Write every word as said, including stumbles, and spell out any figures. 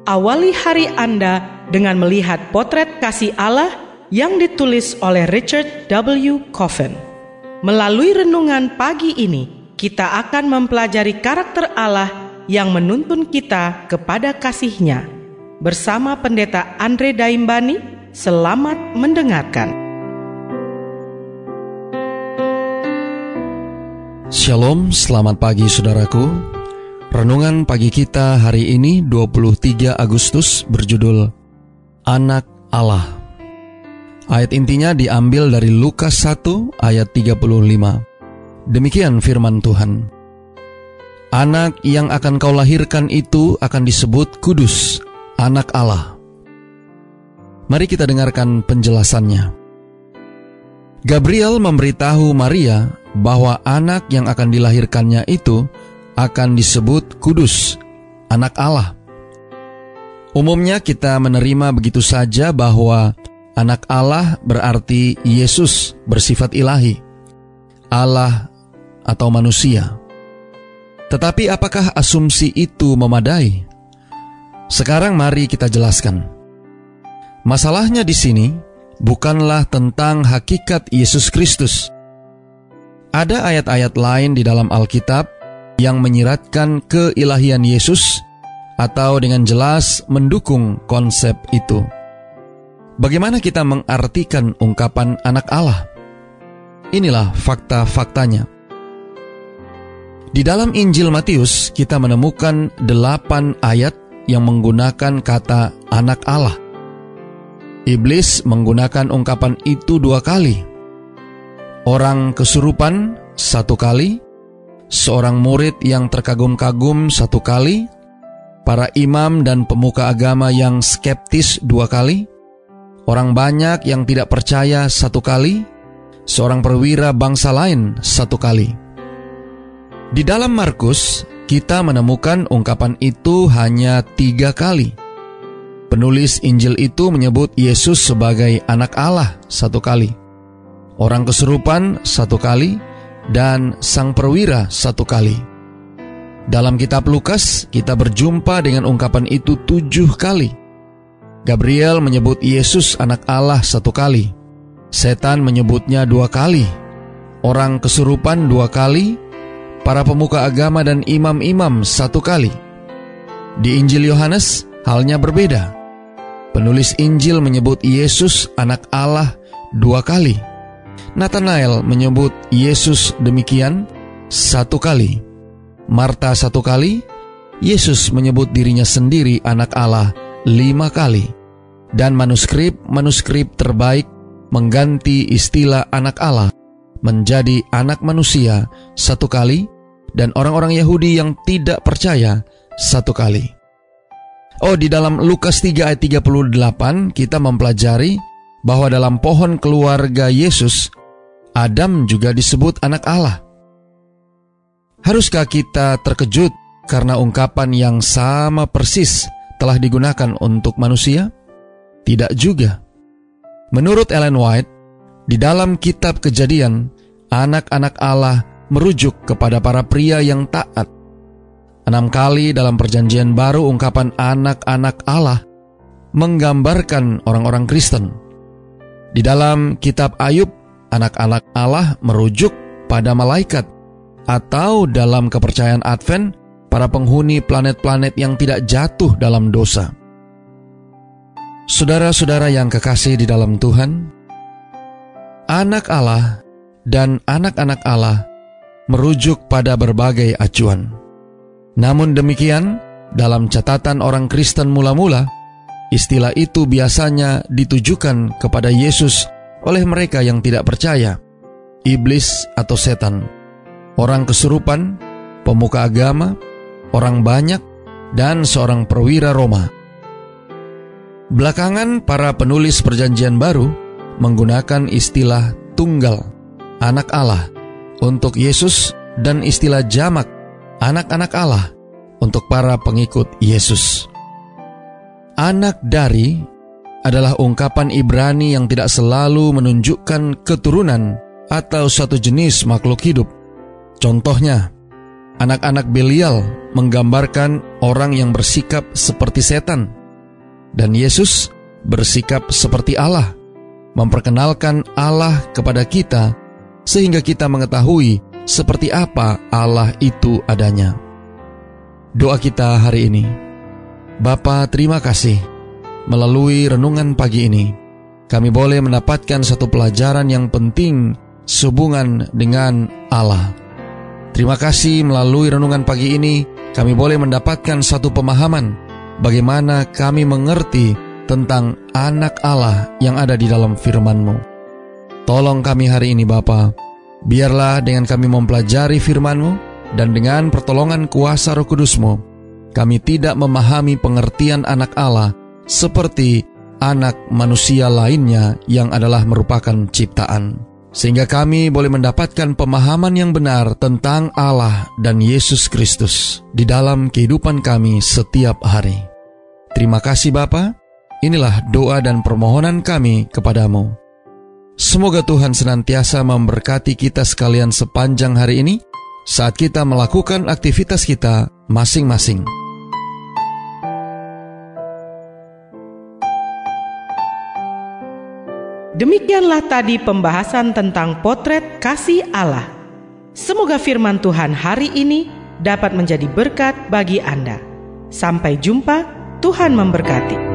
Awali hari Anda dengan melihat potret kasih Allah yang ditulis oleh Richard W. Coven. Melalui renungan pagi ini, kita akan mempelajari karakter Allah yang menuntun kita kepada kasih-Nya. Bersama Pendeta Andre Daimbani, selamat mendengarkan. Shalom, selamat pagi saudaraku. Renungan pagi kita hari ini dua puluh tiga Agustus berjudul Anak Allah. Ayat intinya diambil dari Lukas satu ayat tiga puluh lima. Demikian firman Tuhan. Anak yang akan kau lahirkan itu akan disebut kudus, Anak Allah. Mari kita dengarkan penjelasannya. Gabriel memberitahu Maria bahwa anak yang akan dilahirkannya itu akan disebut kudus, Anak Allah. Umumnya kita menerima begitu saja bahwa Anak Allah berarti Yesus bersifat ilahi, Allah atau manusia. Tetapi apakah asumsi itu memadai? Sekarang mari kita jelaskan. Masalahnya di sini bukanlah tentang hakikat Yesus Kristus. Ada ayat-ayat lain di dalam Alkitab yang menyiratkan keilahian Yesus atau dengan jelas mendukung konsep itu. Bagaimana kita mengartikan ungkapan Anak Allah? Inilah fakta-faktanya. Di dalam Injil Matius, kita menemukan delapan ayat yang menggunakan kata Anak Allah. Iblis menggunakan ungkapan itu dua kali. Orang kesurupan satu kali, seorang murid yang terkagum-kagum satu kali, para imam dan pemuka agama yang skeptis dua kali, orang banyak yang tidak percaya satu kali, seorang perwira bangsa lain satu kali. Di dalam Markus, kita menemukan ungkapan itu hanya tiga kali. Penulis Injil itu menyebut Yesus sebagai Anak Allah satu kali, orang kesurupan satu kali, dan sang perwira satu kali. Dalam kitab Lukas, kita berjumpa dengan ungkapan itu tujuh kali. Gabriel menyebut Yesus Anak Allah satu kali. Setan menyebutnya dua kali. Orang kesurupan dua kali. Para pemuka agama dan imam-imam satu kali. Di Injil Yohanes, halnya berbeda. Penulis Injil menyebut Yesus Anak Allah dua kali. Nathanael menyebut Yesus demikian satu kali. Marta satu kali. Yesus menyebut dirinya sendiri Anak Allah lima kali. Dan manuskrip-manuskrip terbaik mengganti istilah Anak Allah menjadi Anak Manusia satu kali, dan orang-orang Yahudi yang tidak percaya satu kali. Oh, di dalam Lukas tiga ayat tiga puluh delapan kita mempelajari bahwa dalam pohon keluarga Yesus, Adam juga disebut Anak Allah. Haruskah kita terkejut karena ungkapan yang sama persis telah digunakan untuk manusia? Tidak juga. Menurut Ellen White, di dalam kitab Kejadian, anak-anak Allah merujuk kepada para pria yang taat. Enam kali dalam Perjanjian Baru ungkapan anak-anak Allah menggambarkan orang-orang Kristen. Di dalam kitab Ayub, anak-anak Allah merujuk pada malaikat, atau dalam kepercayaan Advent, para penghuni planet-planet yang tidak jatuh dalam dosa. Saudara-saudara yang kekasih di dalam Tuhan, Anak Allah dan anak-anak Allah merujuk pada berbagai acuan. Namun demikian, dalam catatan orang Kristen mula-mula, istilah itu biasanya ditujukan kepada Yesus oleh mereka yang tidak percaya, iblis atau setan, orang kesurupan, pemuka agama, orang banyak, dan seorang perwira Roma. Belakangan para penulis Perjanjian Baru menggunakan istilah tunggal, Anak Allah, untuk Yesus, dan istilah jamak, anak-anak Allah, untuk para pengikut Yesus. Anak dari adalah ungkapan Ibrani yang tidak selalu menunjukkan keturunan atau suatu jenis makhluk hidup. Contohnya, anak-anak Belial menggambarkan orang yang bersikap seperti setan. Dan Yesus bersikap seperti Allah, memperkenalkan Allah kepada kita sehingga kita mengetahui seperti apa Allah itu adanya. Doa kita hari ini. Bapa, terima kasih. Melalui renungan pagi ini, kami boleh mendapatkan satu pelajaran yang penting sehubungan dengan Allah. Terima kasih melalui renungan pagi ini, kami boleh mendapatkan satu pemahaman bagaimana kami mengerti tentang anak Allah yang ada di dalam firman-Mu. Tolong kami hari ini Bapa, biarlah dengan kami mempelajari firman-Mu dan dengan pertolongan kuasa Roh Kudus-Mu, kami tidak memahami pengertian anak Allah seperti anak manusia lainnya yang adalah merupakan ciptaan. Sehingga kami boleh mendapatkan pemahaman yang benar tentang Allah dan Yesus Kristus di dalam kehidupan kami setiap hari. Terima kasih Bapa. Inilah doa dan permohonan kami kepadamu. Semoga Tuhan senantiasa memberkati kita sekalian sepanjang hari ini saat kita melakukan aktivitas kita masing-masing. Demikianlah tadi pembahasan tentang potret kasih Allah. Semoga firman Tuhan hari ini dapat menjadi berkat bagi Anda. Sampai jumpa, Tuhan memberkati.